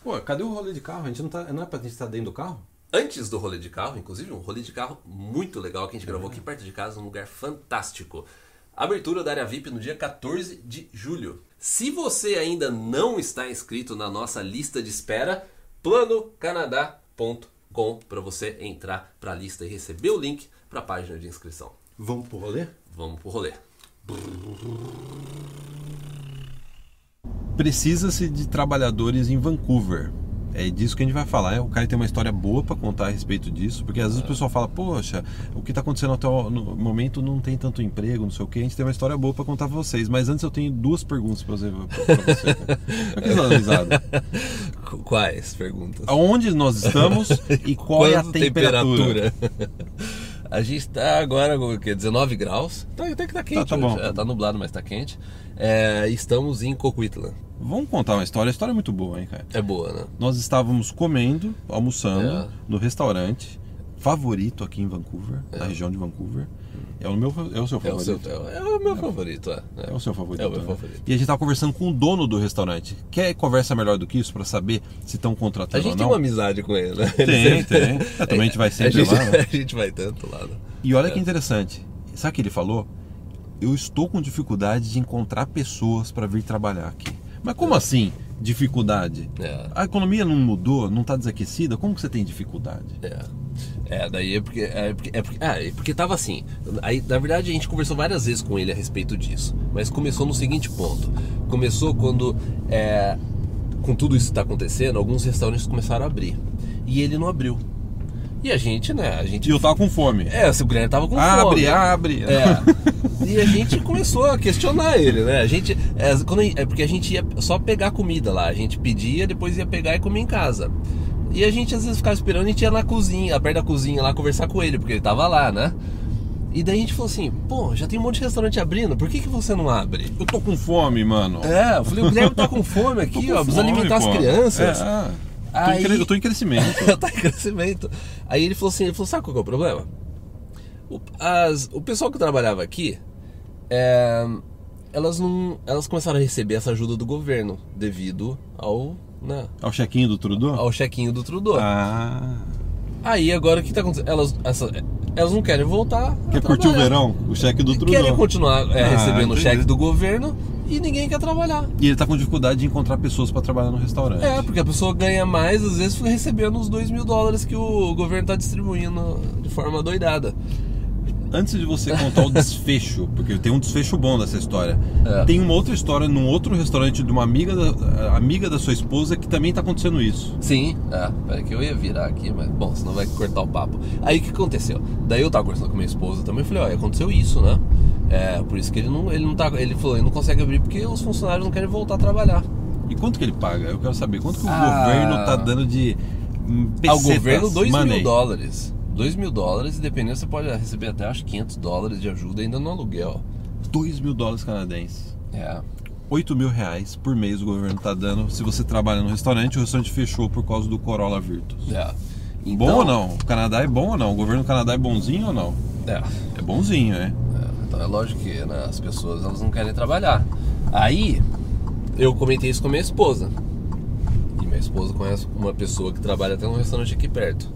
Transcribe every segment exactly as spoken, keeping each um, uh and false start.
Pô, cadê o rolê de carro? A gente não, tá, não é pra gente estar dentro do carro? Antes do rolê de carro, inclusive, um rolê de carro muito legal que a gente gravou aqui perto de casa, num lugar fantástico. Abertura da área V I P no dia quatorze de julho. Se você ainda não está inscrito na nossa lista de espera, plano canadá ponto com para você entrar para a lista e receber o link para a página de inscrição. Vamos pro rolê? Vamos pro rolê. Precisa-se de trabalhadores em Vancouver. É disso que a gente vai falar. O cara tem uma história boa pra contar a respeito disso, porque às vezes o pessoal fala, poxa, o que tá acontecendo até o momento não tem tanto emprego, não sei o que. A gente tem uma história boa pra contar pra vocês. Mas antes eu tenho duas perguntas pra você. Pra você. Por que você tá risada? Quais perguntas? Aonde nós estamos e qual é a temperatura? temperatura? A gente tá agora com dezenove graus. Tá, até que tá quente. Tá, tá bom. Já tá nublado, mas tá quente. É, estamos em Coquitlam. Vamos contar uma história. A história é muito boa, hein, cara? É boa, né? Nós estávamos comendo, almoçando É. no restaurante favorito aqui em Vancouver, É. na região de Vancouver. É o meu, é o seu É o, seu, favorito? é o meu favorito, é. É o seu favorito. É o meu né? favorito. E a gente estava conversando com o dono do restaurante. Quer conversa melhor do que isso para saber se estão A contratando gente ou tem não? uma amizade com ele, né? Tem, Ele sempre- tem. É, também a gente vai sempre a gente, lá, né? A gente vai tanto lá, né? E olha que interessante. Sabe o que ele falou? Eu estou com dificuldade de encontrar pessoas para vir trabalhar aqui. Mas como assim dificuldade? É. A economia não mudou, não está desaquecida? Como que você tem dificuldade? É. É, daí é porque, é porque, é porque, ah, é porque tava assim. Aí, na verdade, a gente conversou várias vezes com ele a respeito disso. Mas começou no seguinte ponto. Começou quando, é, com tudo isso que tá acontecendo, alguns restaurantes começaram a abrir. E ele não abriu. E a gente, né, a gente... E eu tava com fome. É, o Guilherme tava com abre, fome. abre. É. E a gente começou a questionar ele, né? A gente, é, quando, é porque a gente ia só pegar comida lá. A gente pedia, depois ia pegar e comer em casa. E a gente às vezes ficava esperando, a gente ia na cozinha, perto da cozinha lá, conversar com ele, porque ele tava lá, né? E daí a gente falou assim, pô, já tem um monte de restaurante abrindo, por que, que você não abre? Eu tô com fome, mano. É, eu falei, o Guilherme tá com fome aqui, Tô com ó, precisa fome, alimentar pô. as crianças. É, é. Tô em Aí- cre- Eu tô em crescimento. Tá em crescimento. Aí ele falou assim, ele falou, sabe qual que é o problema? O, as, o pessoal que trabalhava aqui, é, elas não, elas começaram a receber essa ajuda do governo devido ao, né, Ao check-in do Trudeau? ao chequinho do Trudeau. Ah. Aí agora o que tá acontecendo? Elas, essa, elas não querem voltar. a Quer curtir o trabalhar. verão? O cheque do Trudeau. Querem continuar é, Ah, recebendo o entendi. cheque do governo e ninguém quer trabalhar. E ele tá com dificuldade de encontrar pessoas pra trabalhar no restaurante. É, porque a pessoa ganha mais, às vezes, recebendo os dois mil dólares que o governo tá distribuindo de forma doidada. Antes de você contar o desfecho, porque tem um desfecho bom dessa história, É. tem uma outra história num outro restaurante de uma amiga da, amiga da sua esposa que também tá acontecendo isso. Sim, é, peraí que eu ia virar aqui, mas bom, senão vai cortar o papo. Aí o que aconteceu? Daí eu tava conversando com minha esposa também, eu falei, ó, aconteceu isso, né? É, por isso que ele não, ele não tá, ele falou, ele não consegue abrir porque os funcionários não querem voltar a trabalhar. E quanto que ele paga? Eu quero saber quanto que o Ah. governo tá dando de hum, Ao pesetas, governo, dois money. mil dólares. dois mil dólares e dependendo você pode receber até acho quinhentos dólares de ajuda ainda no aluguel. dois mil dólares canadenses. É. oito mil reais por mês o governo tá dando se você trabalha no restaurante. O restaurante fechou por causa do Corolla Virtus. É. Bom ou não? O Canadá é bom ou não? O governo do Canadá é bonzinho ou não? É. É bonzinho, é. É, então é lógico que, né, as pessoas elas não querem trabalhar. Aí eu comentei isso com a minha esposa. E minha esposa conhece uma pessoa que trabalha até num restaurante aqui perto.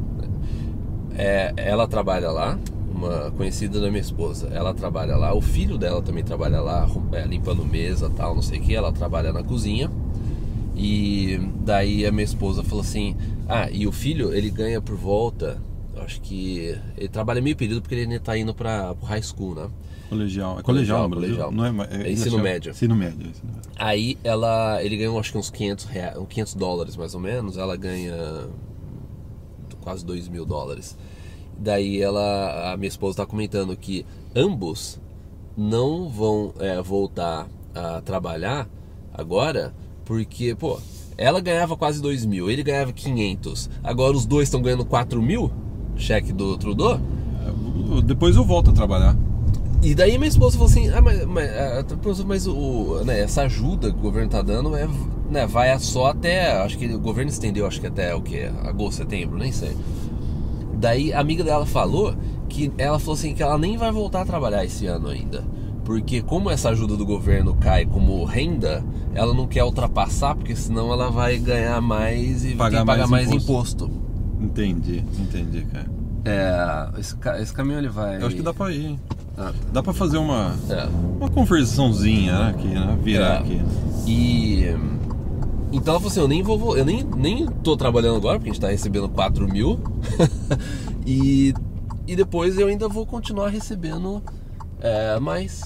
É, ela trabalha lá, uma conhecida da minha esposa. Ela trabalha lá, o filho dela também trabalha lá, arrum- é, limpando mesa, tal, não sei o que. Ela trabalha na cozinha. E daí a minha esposa falou assim: ah, e o filho ele ganha por volta, eu acho que ele trabalha meio período porque ele ainda tá indo para pro high school, né? Colegial. É colegial, Colegial, no Brasil? colegial. Não é, ma- É ensino médio. Ensino médio. é ensino médio. Aí ela, ele ganhou acho que uns quinhentos, reais, uns quinhentos dólares mais ou menos. Ela ganha quase dois mil dólares. Daí ela, a minha esposa tá comentando que ambos não vão é, voltar a trabalhar agora porque, pô, ela ganhava quase dois mil, ele ganhava quinhentos. Agora os dois estão ganhando quatro mil, cheque do Trudeau. É, depois eu volto a trabalhar. E daí minha esposa falou assim, ah, mas, mas, mas o, né, essa ajuda que o governo tá dando é, né, vai só até, acho que o governo estendeu, acho que até o que, agosto, setembro, nem sei. Daí a amiga dela falou que ela falou assim que ela nem vai voltar a trabalhar esse ano ainda, Porque como essa ajuda do governo cai como renda, ela não quer ultrapassar, porque senão ela vai ganhar mais e Pagar tem que pagar mais mais imposto. imposto. Entendi, entendi, cara. É, esse, ca- esse caminho ele vai... Eu acho que dá pra ir, hein? Ah, Dá pra fazer uma, é. uma conversãozinha, né? Aqui, né? Virar É. aqui. E... Então ela falou assim, eu nem vou... Eu nem, nem tô trabalhando agora, porque a gente tá recebendo quatro mil. e, e depois eu ainda vou continuar recebendo é, mais.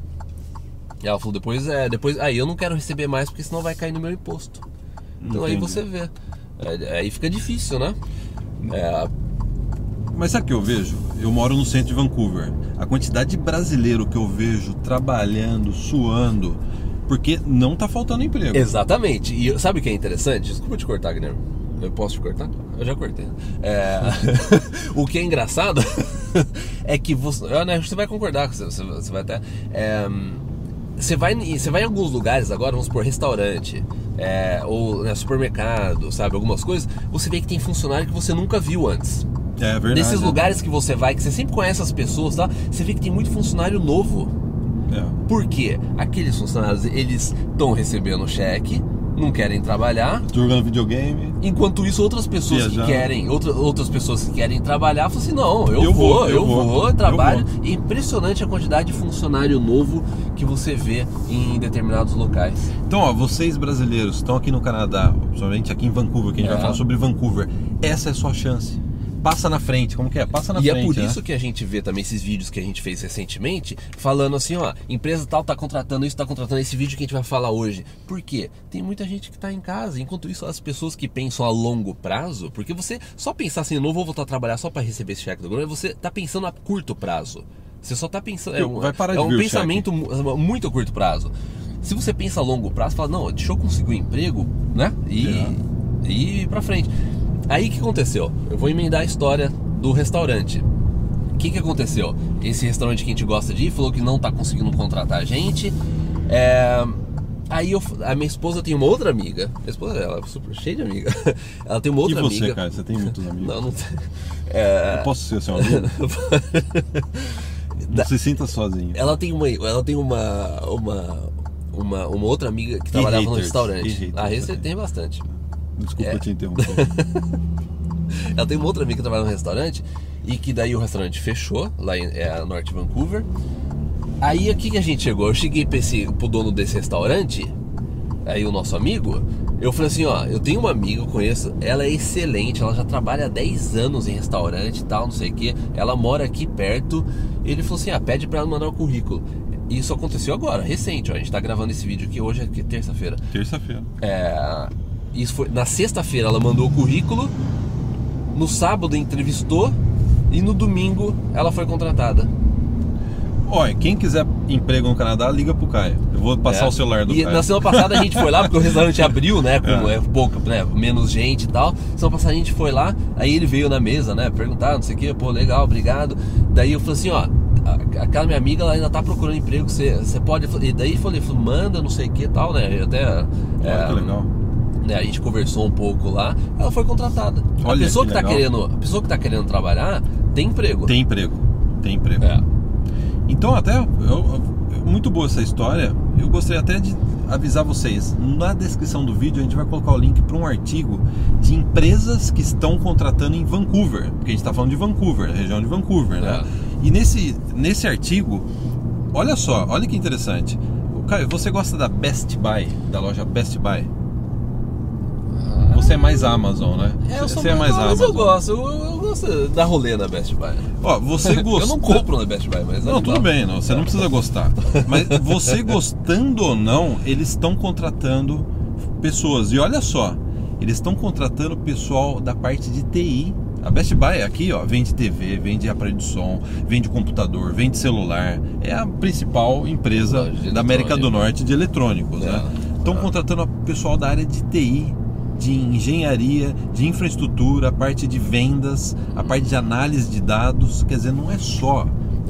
E ela falou, depois é... Depois, aí eu não quero receber mais, porque senão vai cair no meu imposto. Então aí Entendi. você vê. É, aí fica difícil, né? É, Mas sabe o que eu vejo? Eu moro no centro de Vancouver. A quantidade de brasileiro que eu vejo trabalhando, suando, porque não tá faltando emprego. exatamente. E sabe o que é interessante? Desculpa te cortar, Guilherme. Eu posso te cortar? Eu já cortei. É... o que é engraçado é que você, né, você vai concordar, você, você vai até... É... Você vai, você vai em alguns lugares agora, vamos supor, restaurante, é, ou né, supermercado, sabe, algumas coisas, você vê que tem funcionário que você nunca viu antes. É verdade. Nesses é. lugares que você vai, que você sempre conhece as pessoas, tá? Você vê que tem muito funcionário novo. É. Por quê? Aqueles funcionários, eles estão recebendo cheque, não querem trabalhar. Tô jogando videogame. Enquanto isso, outras pessoas Viajando. que querem, outra, outras pessoas que querem trabalhar, falam assim, não, eu, Eu vou, vou, eu eu vou, vou, eu trabalho. eu É impressionante a quantidade de funcionário novo que você vê em determinados locais. Então, ó, vocês brasileiros estão aqui no Canadá, principalmente aqui em Vancouver, que a gente É. vai falar sobre Vancouver. Essa é a sua chance. Passa na frente, como que é? Passa na E frente. é por né? isso que a gente vê também esses vídeos que a gente fez recentemente, falando assim, ó, empresa tal tá contratando isso, tá contratando esse vídeo que a gente vai falar hoje. Por quê? Tem muita gente que tá em casa, enquanto isso as pessoas que pensam a longo prazo, porque você só pensar assim, eu não vou voltar a trabalhar só para receber esse cheque do governo, você tá pensando a curto prazo. Você só tá pensando, é um, Vai parar de é um vir o pensamento mu- muito a curto prazo. Se você pensa a longo prazo, fala, não, deixa eu conseguir um emprego, né? E, É. e ir pra frente. Aí o que aconteceu? Eu vou emendar a história do restaurante. O que, que aconteceu? Esse restaurante que a gente gosta de ir falou que não tá conseguindo contratar a gente. É... Aí eu, a minha esposa tem uma outra amiga. Minha esposa ela é super cheia de amiga. Ela tem uma outra E você, amiga. cara? Você tem muitos amigos? Não, não tem. É... Eu posso ser seu amigo? Não se sinta sozinho. Ela tem uma, ela tem uma, uma, uma, uma outra amiga que trabalhava no haters? restaurante. Que haters Ah, esse você tem tem? bastante. Desculpa É. te interromper. Ela tem uma outra amiga que trabalha no restaurante e que daí o restaurante fechou lá em é, Norte Vancouver. Aí aqui que a gente chegou, eu cheguei pra esse, pro dono desse restaurante, aí o nosso amigo, eu falei assim, ó, eu tenho uma amiga, eu conheço, ela é excelente, ela já trabalha há dez anos em restaurante e tal, não sei o que, ela mora aqui perto. Ele falou assim, ah, pede pra ela mandar o currículo. E isso aconteceu agora, recente, ó, a gente tá gravando esse vídeo aqui, hoje é terça-feira. Terça-feira. É, isso foi, na sexta-feira ela mandou o currículo, no sábado entrevistou e no domingo ela foi contratada. Olha, quem quiser emprego no Canadá, liga pro Caio. Eu vou passar É. o celular do E Caio. na semana passada a gente foi lá, porque o restaurante abriu, né? Com É. é, pouca, né, menos gente e tal. Semana passada a gente foi lá, aí ele veio na mesa, né? Perguntar, não sei o que, pô, legal, obrigado. Daí eu falei assim, ó, a- aquela minha amiga ela ainda tá procurando emprego, você, você pode. E daí eu falei, manda, não sei o que e tal, né? Eu até. Olha é, que legal. né, a gente conversou um pouco lá, ela foi contratada. Olha a pessoa que que, tá legal. querendo, a pessoa que tá querendo trabalhar tem emprego. Tem emprego. Tem emprego. É. Então, até, eu- eu- muito boa essa história. Eu gostaria até de avisar vocês. Na descrição do vídeo a gente vai colocar o link para um artigo de empresas que estão contratando em Vancouver. Porque a gente está falando de Vancouver, região de Vancouver, né? É. E nesse, nesse artigo, olha só, olha que interessante. Caio, você gosta da Best Buy, da loja Best Buy? Você é mais Amazon, né? É, eu sou você é mais mas Amazon. eu gosto, eu, eu gosto da rolê na Best Buy. Ó, você gostou. Eu não compro na Best Buy, mas é Não, legal. tudo bem, não, você não precisa gostar. Mas você gostando ou não, eles estão contratando pessoas. E olha só, eles estão contratando pessoal da parte de T I. A Best Buy aqui, ó, vende T V, vende aparelho de som, vende computador, vende celular. É a principal empresa Loja de da América do eletrônico. Norte de eletrônicos, É. né? Estão É. contratando o pessoal da área de T I, de engenharia, de infraestrutura, a parte de vendas, a parte de análise de dados. Quer dizer, não é só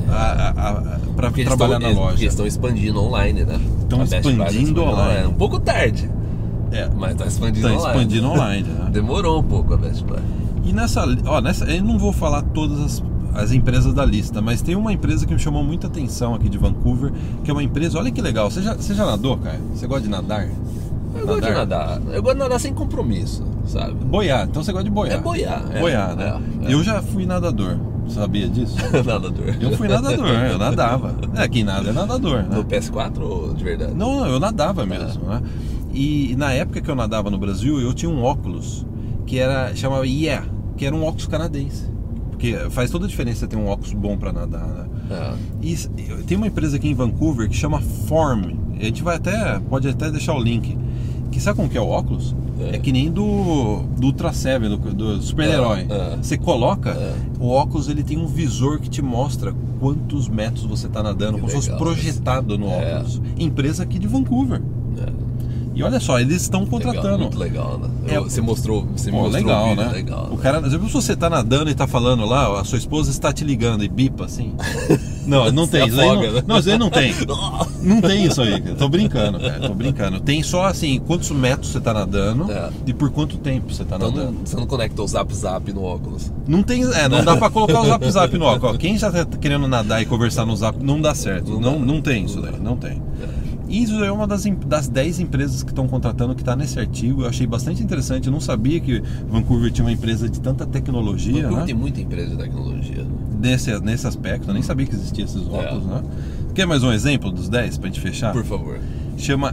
para Porque eles trabalhar tão- na eles- loja. Porque eles estão expandindo online, né? Estão A Best Buy tá expandindo online. Um pouco tarde, É, mas tá expandindo está online. expandindo online. Né? Demorou um pouco a Best Buy. E nessa, ó, nessa, eu não vou falar todas as, as empresas da lista, mas tem uma empresa que me chamou muita atenção aqui de Vancouver, que é uma empresa, olha que legal, você já, você já nadou, cara? Você gosta de nadar? Eu gosto de nadar, eu gosto de nadar sem compromisso, sabe? Boiar, então você gosta de boiar. É boiar, é. Boiar, né? É, é. Eu já fui nadador, sabia disso? Nadador. Eu fui nadador, eu nadava. É, quem nada é nadador, né? No P S quatro ou de verdade? Não, não, eu nadava mesmo, né? E na época que eu nadava no Brasil, eu tinha um óculos que era, chamava Yeah, que era um óculos canadense. Porque faz toda a diferença você ter um óculos bom para nadar, né? É. E tem uma empresa aqui em Vancouver que chama Form. A gente vai até, pode até deixar o link. Que sabe como que é o óculos? É, é que nem do, do Ultra Seven, do, do super-herói. É, é. Você coloca, é. o óculos ele tem um visor que te mostra quantos metros você está nadando, Que como se fosse legal, projetado no é. óculos. Empresa aqui de Vancouver. É. E olha só, eles estão contratando. Legal, muito legal, né? É, você mostrou, você pô, me mostrou legal, o vídeo, né? legal. O cara, às vezes você tá nadando e tá falando lá, a sua esposa está te ligando e bipa assim. Não, não tem. Isso aí afoga, não, né? não, isso aí não tem. Não tem isso aí, cara. Tô brincando, cara. Tô brincando. Tem só assim, quantos metros você tá nadando É. e por quanto tempo você tá Então nadando. não, você não conecta o Zap Zap no óculos. Não tem, é, não dá pra colocar o Zap Zap no óculos. Ó, quem já tá querendo nadar e conversar no Zap, não dá certo. Não Não, dá. não tem isso Não daí, dá. não tem. É. E isso é uma das, em- das dez empresas que estão contratando que está nesse artigo. Eu achei bastante interessante. Eu não sabia que Vancouver tinha uma empresa de tanta tecnologia, Vancouver né? tem muita empresa de tecnologia. Nesse, nesse aspecto. Eu nem sabia que existia esses óculos, né? Quer mais um exemplo dos dez pra gente fechar? Por favor. Chama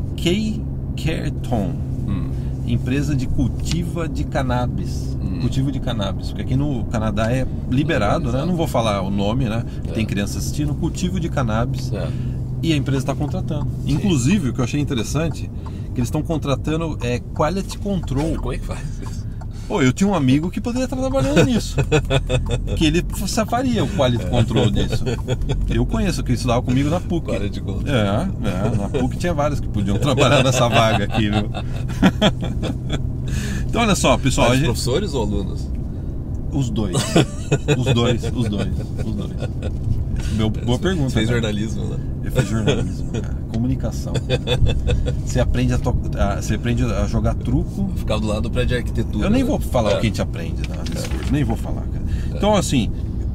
K-Carton, Hum. empresa de cultiva de cannabis. Hum. Cultivo de cannabis, porque aqui no Canadá é liberado, né? Legalizado. Não vou falar o nome, né? É. Tem crianças assistindo. Cultivo de cannabis. É. E a empresa está contratando. Sim. Inclusive, o que eu achei interessante, que eles estão contratando é quality control. Como é que faz isso? Pô, eu tinha um amigo que poderia estar trabalhando nisso. Que ele faria o quality control disso. Eu conheço, que estudava comigo na P U C. Quality control. É, é, na P U C tinha vários que podiam trabalhar nessa vaga aqui, viu? Então, olha só, pessoal. Mas a gente- professores ou alunos? Os dois. Os dois, os dois, os dois. Meu, boa pergunta. Fez cara. jornalismo, né? Eu fiz jornalismo, cara. Comunicação. Você aprende a, to... a- você aprende a jogar truco. Ficava do lado do prédio de arquitetura. Eu nem né? vou falar É. o que a gente aprende, né? Nem vou falar, cara. Então, assim,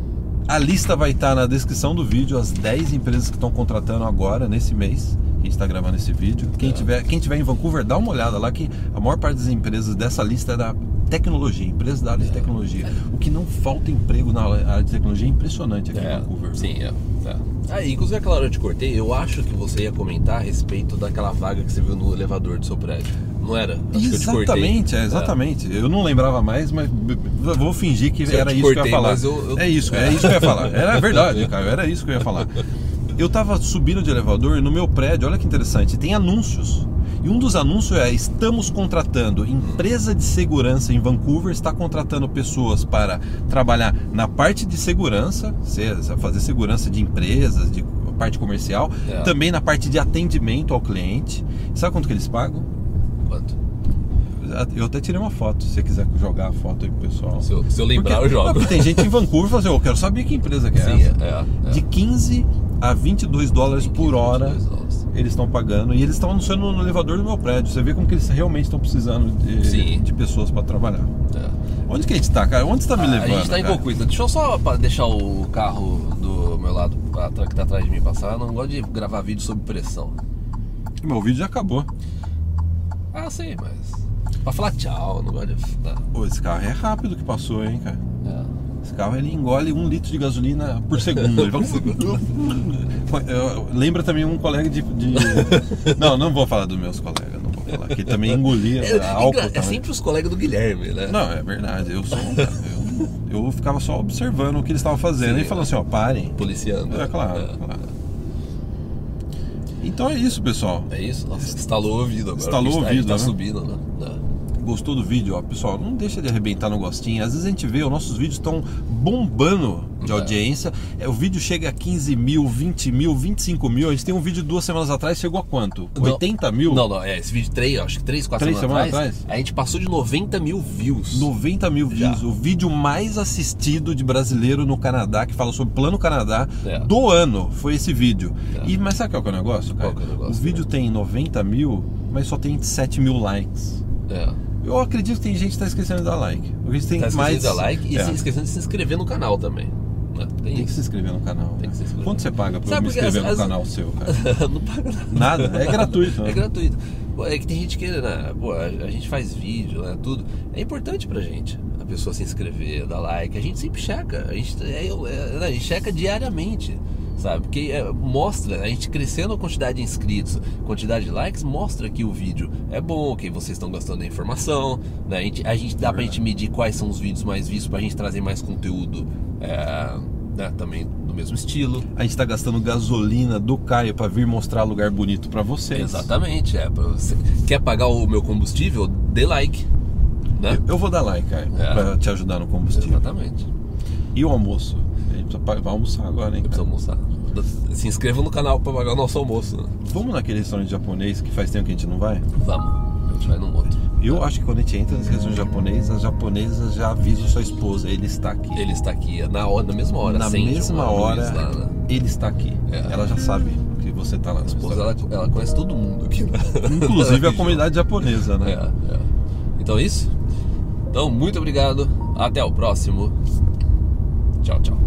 a lista vai estar na descrição do vídeo, as dez empresas que estão contratando agora, nesse mês. A gente está gravando esse vídeo. Quem, É. tiver, quem tiver em Vancouver, dá uma olhada lá, que a maior parte das empresas dessa lista é da tecnologia, empresas da área de tecnologia. O que não falta emprego na área de tecnologia é impressionante aqui em É, Vancouver. sim, é. é. Ah, e inclusive aquela hora eu te cortei, eu acho que você ia comentar a respeito daquela vaga que você viu no elevador do seu prédio. Não era? Acho que eu te cortei. Exatamente, é, exatamente. Eu não lembrava mais, mas b- b- vou fingir que Se eu era te isso que eu cortei, ia falar. mas eu- eu- É isso, é isso que eu ia falar. Era verdade, cara, era isso que eu ia falar. Eu tava subindo de elevador e no meu prédio, olha que interessante, tem anúncios. E um dos anúncios é: estamos contratando empresa de segurança em Vancouver, está contratando pessoas para trabalhar na parte de segurança, se- fazer segurança de empresas, de parte comercial, É. também na parte de atendimento ao cliente. Sabe quanto que eles pagam? Quanto? Eu até tirei uma foto, se você quiser jogar a foto aí pro pessoal. Se eu, se eu lembrar, Porque- eu jogo. não, porque tem gente em Vancouver que fala assim: eu quero saber que empresa que é Sim, essa. é, é. De quinze a vinte e dois dólares por hora vinte e dois dólares. eles estão pagando. E eles estão anunciando no elevador do meu prédio. Você vê como que eles realmente estão precisando de, Sim. de pessoas para trabalhar. É. Onde que a gente tá, cara? Onde você tá me Ah, levando? a gente tá em cara? Cocuíta. Deixa eu só pa- deixar o carro do meu lado, atra- que tá atrás de mim, passar. Eu não gosto de gravar vídeo sob pressão. Meu vídeo já acabou. Ah, sei, mas... Pra falar tchau, eu não gosto de... Não. Pô, esse carro é rápido que passou, hein, cara? É. Esse carro ele engole um litro de gasolina por segundo. Ele vai... Eu- Lembra também um colega de, de- Não, não vou falar dos meus colegas, não vou falar. Que também engolia É, álcool. é, é também. sempre os colegas do Guilherme, né? Não, é verdade. Eu sou um cara, eu, eu ficava só observando o que eles estavam fazendo Sim, e falando é. assim: ó, parem. Policiando. É claro, É. claro. Então é isso, pessoal. É isso? Nossa, estalou o ouvido agora. Estalou porque o a gente ouvido, tá né? subindo, né? É. Gostou do vídeo? Ó, pessoal, não deixa de arrebentar no gostinho. Às vezes a gente vê, os nossos vídeos estão bombando de É. audiência. É, o vídeo chega a quinze mil, vinte mil, vinte e cinco mil. A gente tem um vídeo duas semanas atrás, chegou a quanto? Não. oitenta mil? Não, não, é, esse vídeo três, acho que três, quatro Três semanas semanas atrás, a gente passou de noventa mil views. noventa mil Já. views. O vídeo mais assistido de brasileiro no Canadá, que fala sobre Plano Canadá, É. do ano, foi esse vídeo. É. E, mas sabe qual que é o negócio, cara? Qual que é o negócio, o vídeo tem noventa mil, mas só tem sete mil likes. É. Eu acredito que tem gente que tá esquecendo de dar like. Porque tem Tá esquecendo mais... de dar like e É. se esquecendo de se inscrever no canal também. Né? Tem, Tem que se inscrever no canal. Tem né? que se inscrever. Quanto você paga pra eu Sabe me porque inscrever as- no as- canal seu, cara? Não paga nada. Nada? É gratuito. né? É gratuito. Pô, é que tem gente que, né, pô, a, a gente faz vídeo, né, tudo. É importante pra gente a pessoa se inscrever, dar like. A gente sempre checa. A gente, é, é, a gente checa diariamente, sabe? Porque é, mostra, a gente crescendo a quantidade de inscritos, quantidade de likes, mostra que o vídeo é bom, que vocês estão gostando da informação, né? A gente, a gente dá É pra gente medir quais são os vídeos mais vistos pra gente trazer mais conteúdo, é, né, também do mesmo estilo. A gente tá gastando gasolina do Caio pra vir mostrar lugar bonito pra vocês. Exatamente, é. pra Você quer pagar o meu combustível? Dê like, né? Eu, eu vou dar like, Caio, É. pra te ajudar no combustível. Exatamente. E o almoço? A gente precisa pa- vai almoçar agora, hein? Eu cara? preciso almoçar. Se inscreva no canal pra pagar o nosso almoço, né? Vamos naquele restaurante japonês que faz tempo que a gente não vai? Vamos, a gente vai num outro. Eu acho que quando a gente entra nesse restaurante japonês, as japonesas já avisam sua esposa, ele está aqui. Ele está aqui na, hora, na mesma hora, Na acende mesma uma luz hora, lá, né? ele está aqui. É. Ela já sabe que você tá lá no A esposa, ela, restaurante. ela conhece todo mundo aqui, né? Inclusive a comunidade japonesa, É, né? é. Então é isso. Então, muito obrigado. Até o próximo. Tchau, tchau.